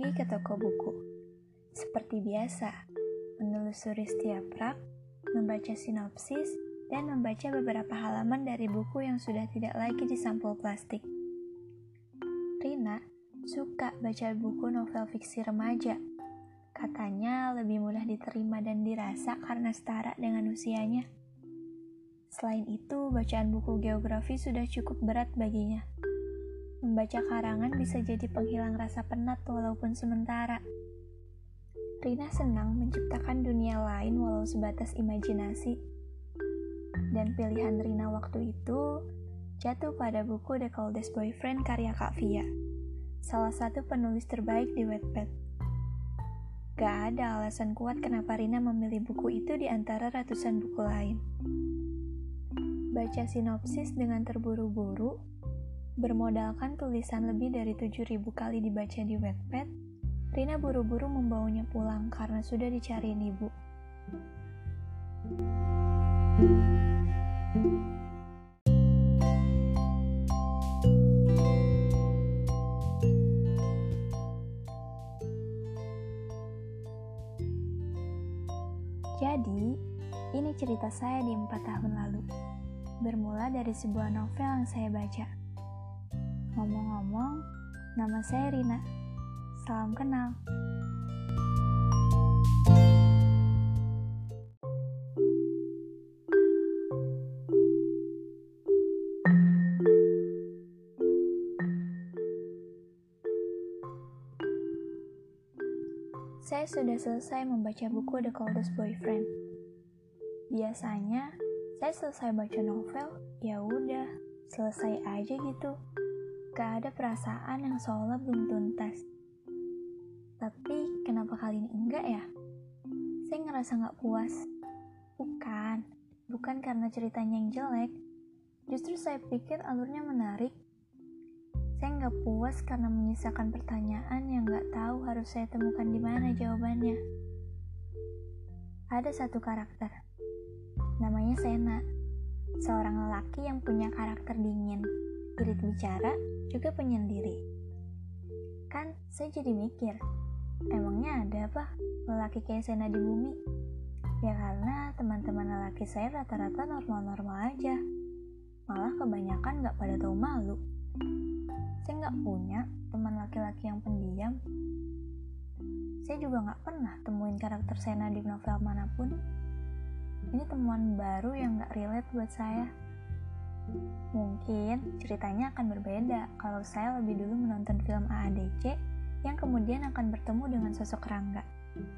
pergi ke toko buku. Seperti biasa, menelusuri setiap rak, membaca sinopsis, dan membaca beberapa halaman dari buku yang sudah tidak lagi di sampul plastik. Rina suka baca buku novel fiksi remaja. Katanya lebih mudah diterima dan dirasa karena setara dengan usianya. Selain itu, bacaan buku geografi sudah cukup berat baginya. Membaca karangan bisa jadi penghilang rasa penat walaupun sementara. Rina senang menciptakan dunia lain walau sebatas imajinasi. Dan pilihan Rina waktu itu jatuh pada buku The Coldest Boyfriend karya Kak Via, salah satu penulis terbaik di Wattpad. Gak ada alasan kuat kenapa Rina memilih buku itu di antara ratusan buku lain. Baca sinopsis dengan terburu-buru, bermodalkan tulisan lebih dari 7.000 kali dibaca di Wattpad, Rina buru-buru membawanya pulang karena sudah dicariin ibu. Jadi, ini cerita saya di 4 tahun lalu. Bermula dari sebuah novel yang saya baca. Ngomong-ngomong, nama saya Rina. Salam kenal. Saya sudah selesai membaca buku The Coldest Boyfriend. Biasanya, saya selesai baca novel, ya udah, selesai aja gitu. Gak ada perasaan yang seolah belum tuntas. Tapi kenapa kali ini enggak ya? Saya ngerasa gak puas. Bukan karena ceritanya yang jelek. Justru saya pikir alurnya menarik. Saya gak puas karena menyisakan pertanyaan yang gak tahu harus saya temukan di mana jawabannya. Ada satu karakter. Namanya Sena. Seorang lelaki yang punya karakter dingin, irit bicara, juga penyendiri. Kan saya jadi mikir, emangnya ada apa lelaki kayak Sena di bumi? Ya karena teman-teman lelaki saya rata-rata normal-normal aja. Malah kebanyakan gak pada tahu malu. Saya gak punya teman laki-laki yang pendiam. Saya juga gak pernah temuin karakter Sena di novel manapun. Ini temuan baru yang gak relate buat saya. Mungkin ceritanya akan berbeda kalau saya lebih dulu menonton film AADC yang kemudian akan bertemu dengan sosok Rangga.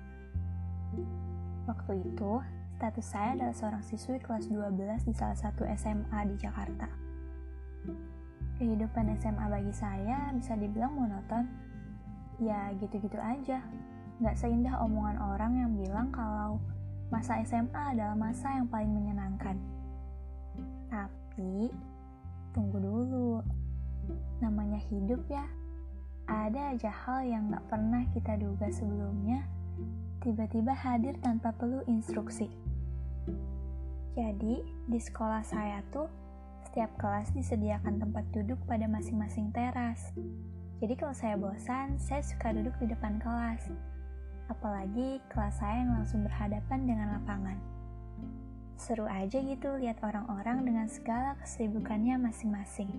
Waktu itu, status saya adalah seorang siswi kelas 12 di salah satu SMA di Jakarta. Kehidupan SMA bagi saya bisa dibilang monoton. Ya gitu-gitu aja. Gak seindah omongan orang yang bilang kalau masa SMA adalah masa yang paling menyenangkan. Tapi, tunggu dulu. Namanya hidup ya. Ada aja hal yang gak pernah kita duga sebelumnya, tiba-tiba hadir tanpa perlu instruksi. Jadi, di sekolah saya tuh, setiap kelas disediakan tempat duduk pada masing-masing teras. Jadi kalau saya bosan, saya suka duduk di depan kelas. Apalagi kelas saya yang langsung berhadapan dengan lapangan. Seru aja gitu lihat orang-orang dengan segala kesibukannya masing-masing.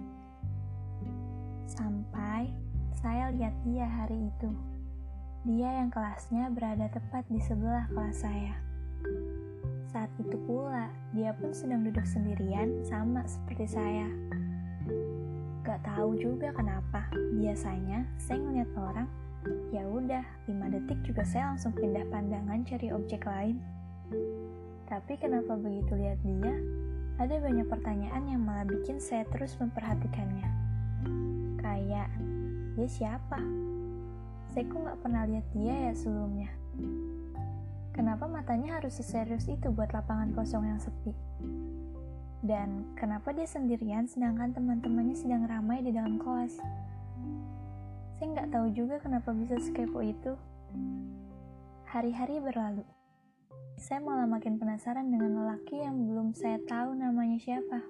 Sampai saya lihat dia hari itu. Dia yang kelasnya berada tepat di sebelah kelas saya. Saat itu pula, dia pun sedang duduk sendirian sama seperti saya. Gak tahu juga kenapa. Biasanya saya ngeliat orang, ya udah 5 detik juga saya langsung pindah pandangan cari objek lain. Tapi kenapa begitu lihat dia, ada banyak pertanyaan yang malah bikin saya terus memperhatikannya. Kayak, dia siapa? Saya kok gak pernah lihat dia ya sebelumnya. Kenapa matanya harus seserius itu buat lapangan kosong yang sepi? Dan kenapa dia sendirian sedangkan teman-temannya sedang ramai di dalam kelas? Saya nggak tahu juga kenapa bisa sekepo itu. Hari-hari berlalu. Saya malah makin penasaran dengan lelaki yang belum saya tahu namanya siapa.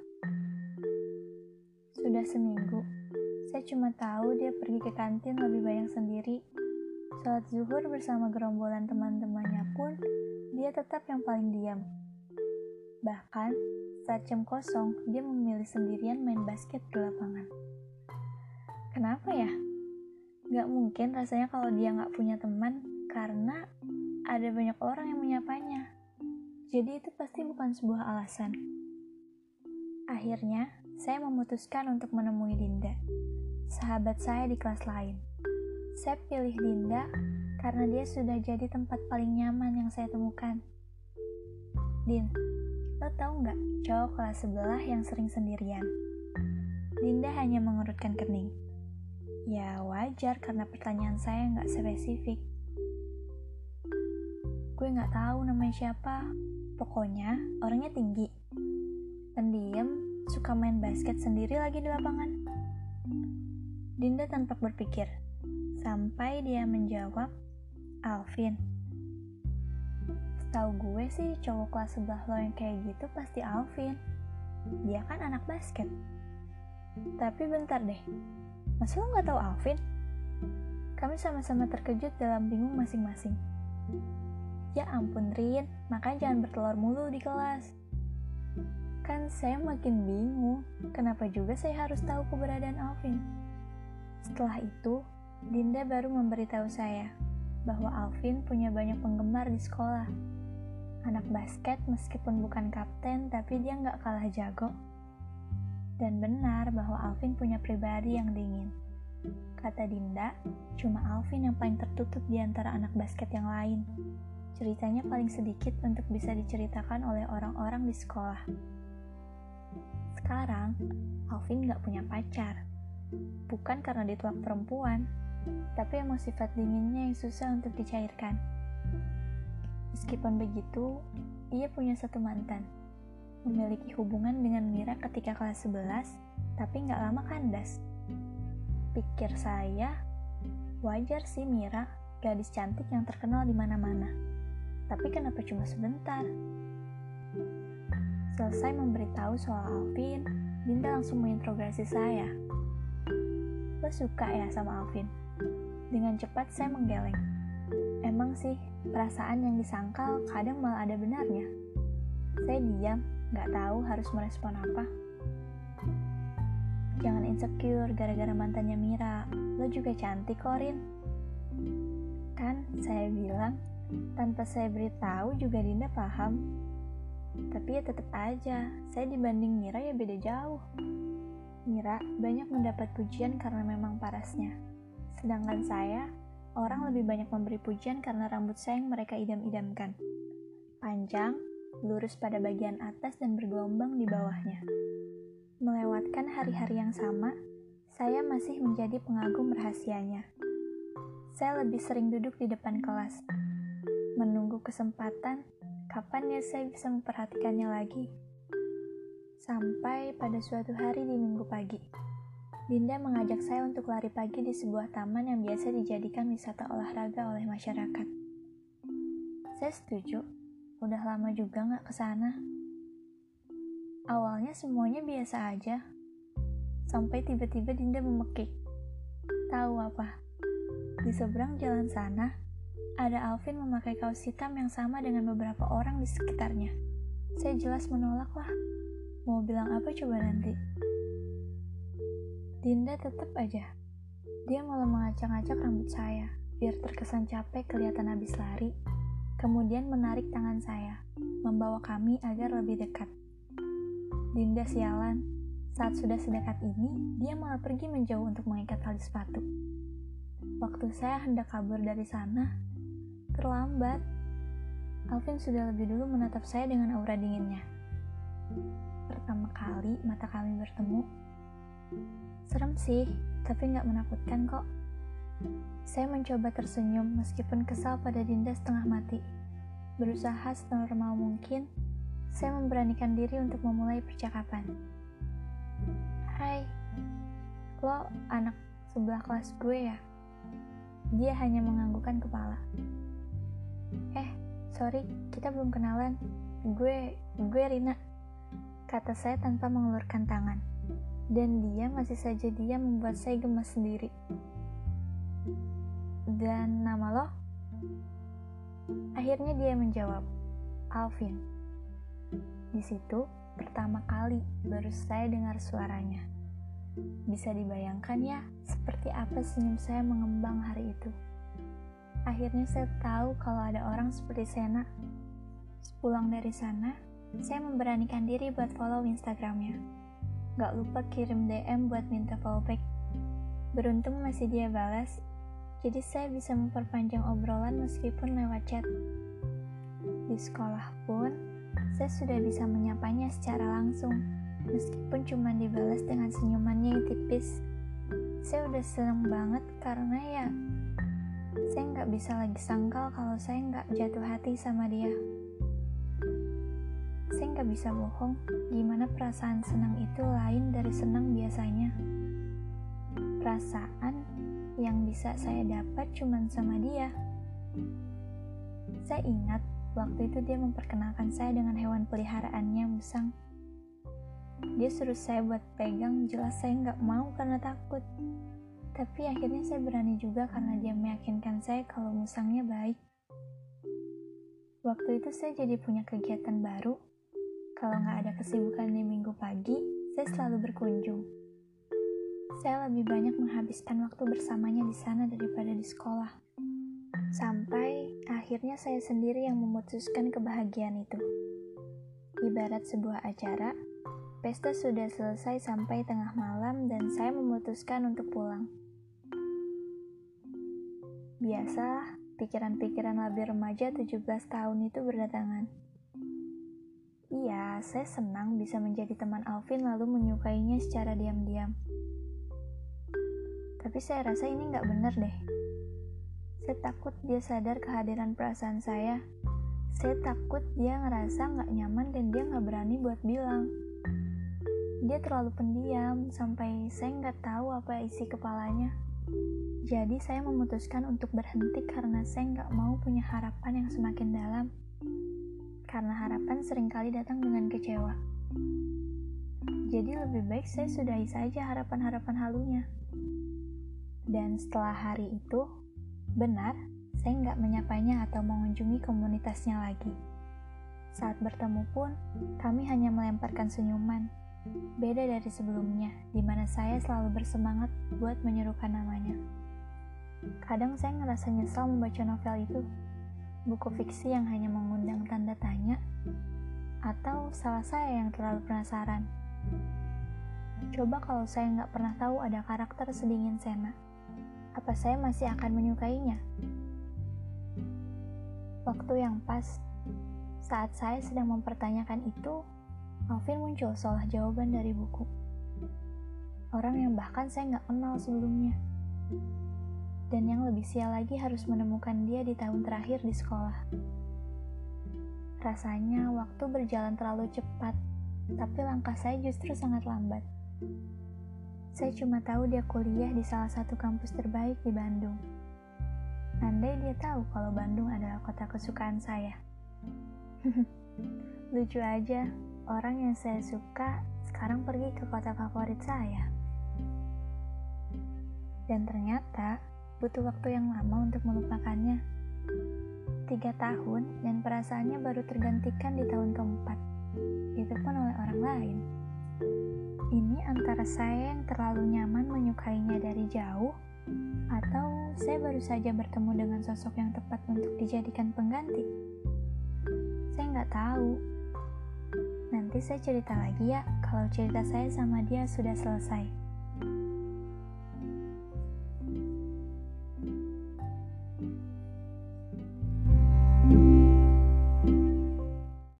Sudah seminggu, saya cuma tahu dia pergi ke kantin lebih banyak sendiri. Salat zuhur bersama gerombolan teman-temannya pun, dia tetap yang paling diam. Bahkan, saat jam kosong, dia memilih sendirian main basket di lapangan. Kenapa ya? Gak mungkin rasanya kalau dia gak punya teman, karena ada banyak orang yang menyapanya. Jadi itu pasti bukan sebuah alasan. Akhirnya, saya memutuskan untuk menemui Dinda, sahabat saya di kelas lain. Saya pilih Dinda karena dia sudah jadi tempat paling nyaman yang saya temukan. Din, lo tau nggak cowok kelas sebelah yang sering sendirian? Dinda hanya mengerutkan kening. Ya wajar karena pertanyaan saya nggak spesifik. Gue nggak tahu namanya siapa. Pokoknya orangnya tinggi, pendiam, suka main basket sendiri lagi di lapangan. Dinda tanpa berpikir, sampai dia menjawab, Alvin. Setahu gue sih cowok kelas sebelah lo yang kayak gitu pasti Alvin. Dia kan anak basket. Tapi bentar deh, masa lo gak tahu Alvin? Kami sama-sama terkejut dalam bingung masing-masing. Ya ampun Rin, makanya jangan bertelur mulu di kelas. Kan saya makin bingung, kenapa juga saya harus tahu keberadaan Alvin? Setelah itu, Dinda baru memberitahu saya bahwa Alvin punya banyak penggemar di sekolah. Anak basket meskipun bukan kapten, tapi dia nggak kalah jago. Dan benar bahwa Alvin punya pribadi yang dingin. Kata Dinda, cuma Alvin yang paling tertutup di antara anak basket yang lain. Ceritanya paling sedikit untuk bisa diceritakan oleh orang-orang di sekolah. Sekarang, Alvin nggak punya pacar. Bukan karena ditolak perempuan, tapi emang sifat dinginnya yang susah untuk dicairkan. Meskipun begitu, ia punya satu mantan. Memiliki hubungan dengan Mira ketika kelas 11, tapi nggak lama kandas. Pikir saya, wajar sih Mira, gadis cantik yang terkenal di mana-mana. Tapi kenapa cuma sebentar? Selesai memberitahu soal Alvin, Dinda langsung menginterogasi saya. Lo suka ya sama Alvin? Dengan cepat saya menggeleng. Emang sih, perasaan yang disangkal kadang malah ada benarnya. Saya diam, gak tahu harus merespon apa. Jangan insecure gara-gara mantannya Mira. Lo juga cantik kok, Rin. Kan saya bilang, tanpa saya beritahu juga Dinda paham. Tapi ya tetap aja, saya dibanding Mira ya beda jauh. Mira banyak mendapat pujian karena memang parasnya. Sedangkan saya, orang lebih banyak memberi pujian karena rambut saya yang mereka idam-idamkan. Panjang, lurus pada bagian atas dan bergelombang di bawahnya. Melewatkan hari-hari yang sama, saya masih menjadi pengagum rahasianya. Saya lebih sering duduk di depan kelas, menunggu kesempatan kapan ya saya bisa memperhatikannya lagi. Sampai pada suatu hari di minggu pagi, Dinda mengajak saya untuk lari pagi di sebuah taman yang biasa dijadikan wisata olahraga oleh masyarakat. Saya setuju, udah lama juga gak kesana. Awalnya semuanya biasa aja, sampai tiba-tiba Dinda memekik. Tahu apa? Di seberang jalan sana, ada Alvin memakai kaos hitam yang sama dengan beberapa orang di sekitarnya. Saya jelas menolak lah. Mau bilang apa coba nanti? Dinda tetap aja. Dia malah mengacak-acak rambut saya, biar terkesan capek kelihatan habis lari. Kemudian menarik tangan saya, membawa kami agar lebih dekat. Dinda sialan, saat sudah sedekat ini, dia malah pergi menjauh untuk mengikat tali sepatu. Waktu saya hendak kabur dari sana, terlambat. Alvin sudah lebih dulu menatap saya dengan aura dinginnya. Pertama kali mata kami bertemu. Serem sih, tapi gak menakutkan kok. Saya mencoba tersenyum meskipun kesal pada Dinda setengah mati. Berusaha senormal mungkin, saya memberanikan diri untuk memulai percakapan. Hai, lo anak sebelah kelas gue ya? Dia hanya menganggukkan kepala. Sorry, kita belum kenalan. Gue Rina, kata saya tanpa mengelurkan tangan. Dan dia masih saja membuat saya gemas sendiri. Dan nama lo? Akhirnya dia menjawab, Alvin. Di situ pertama kali baru saya dengar suaranya. Bisa dibayangkan ya, seperti apa senyum saya mengembang hari itu. Akhirnya saya tahu kalau ada orang seperti Sena. Sepulang dari sana, saya memberanikan diri buat follow Instagramnya. Gak lupa kirim DM buat minta follow back. Beruntung masih dia balas, jadi saya bisa memperpanjang obrolan meskipun lewat chat. Di sekolah pun, saya sudah bisa menyapanya secara langsung, meskipun cuma dibalas dengan senyumannya yang tipis. Saya udah seneng banget karena ya, saya nggak bisa lagi sangkal kalau saya nggak jatuh hati sama dia. Saya nggak bisa bohong, gimana perasaan senang itu lain dari senang biasanya. Perasaan yang bisa saya dapat cuma sama dia. Saya ingat waktu itu dia memperkenalkan saya dengan hewan peliharaannya, musang. Dia suruh saya buat pegang, jelas saya nggak mau karena takut. Tapi akhirnya saya berani juga karena dia meyakinkan saya kalau musangnya baik. Waktu itu saya jadi punya kegiatan baru. Kalau nggak ada kesibukan di minggu pagi, saya selalu berkunjung. Saya lebih banyak menghabiskan waktu bersamanya di sana daripada di sekolah. Sampai akhirnya saya sendiri yang memutuskan kebahagiaan itu. Ibarat sebuah acara, pesta sudah selesai sampai tengah malam dan saya memutuskan untuk pulang. Biasalah, pikiran-pikiran labil remaja 17 tahun itu berdatangan. Iya, saya senang bisa menjadi teman Alvin lalu menyukainya secara diam-diam. Tapi saya rasa ini nggak benar deh. Saya takut dia sadar kehadiran perasaan saya. Saya takut dia ngerasa nggak nyaman dan dia nggak berani buat bilang. Dia terlalu pendiam sampai saya nggak tahu apa isi kepalanya. Jadi saya memutuskan untuk berhenti karena saya nggak mau punya harapan yang semakin dalam. Karena harapan seringkali datang dengan kecewa. Jadi lebih baik saya sudahi saja harapan-harapan halunya. Dan setelah hari itu, benar, saya nggak menyapanya atau mengunjungi komunitasnya lagi. Saat bertemu pun, kami hanya melemparkan senyuman. Beda dari sebelumnya, di mana saya selalu bersemangat buat menyerukan namanya. Kadang saya ngerasa nyesal membaca novel itu. Buku fiksi yang hanya mengundang tanda tanya, atau salah saya yang terlalu penasaran. Coba kalau saya nggak pernah tahu ada karakter sedingin Sena, apa saya masih akan menyukainya? Waktu yang pas, saat saya sedang mempertanyakan itu, Alvin muncul seolah jawaban dari buku. Orang yang bahkan saya nggak kenal sebelumnya. Dan yang lebih sial lagi harus menemukan dia di tahun terakhir di sekolah. Rasanya waktu berjalan terlalu cepat, tapi langkah saya justru sangat lambat. Saya cuma tahu dia kuliah di salah satu kampus terbaik di Bandung. Andai dia tahu kalau Bandung adalah kota kesukaan saya. Lucu aja, orang yang saya suka sekarang pergi ke kota favorit saya. Dan ternyata butuh waktu yang lama untuk melupakannya. 3 tahun dan perasaannya baru tergantikan di tahun keempat. Itu pun oleh orang lain. Ini antara saya yang terlalu nyaman menyukainya dari jauh, atau saya baru saja bertemu dengan sosok yang tepat untuk dijadikan pengganti. Saya nggak tahu. Nanti saya cerita lagi ya, kalau cerita saya sama dia sudah selesai.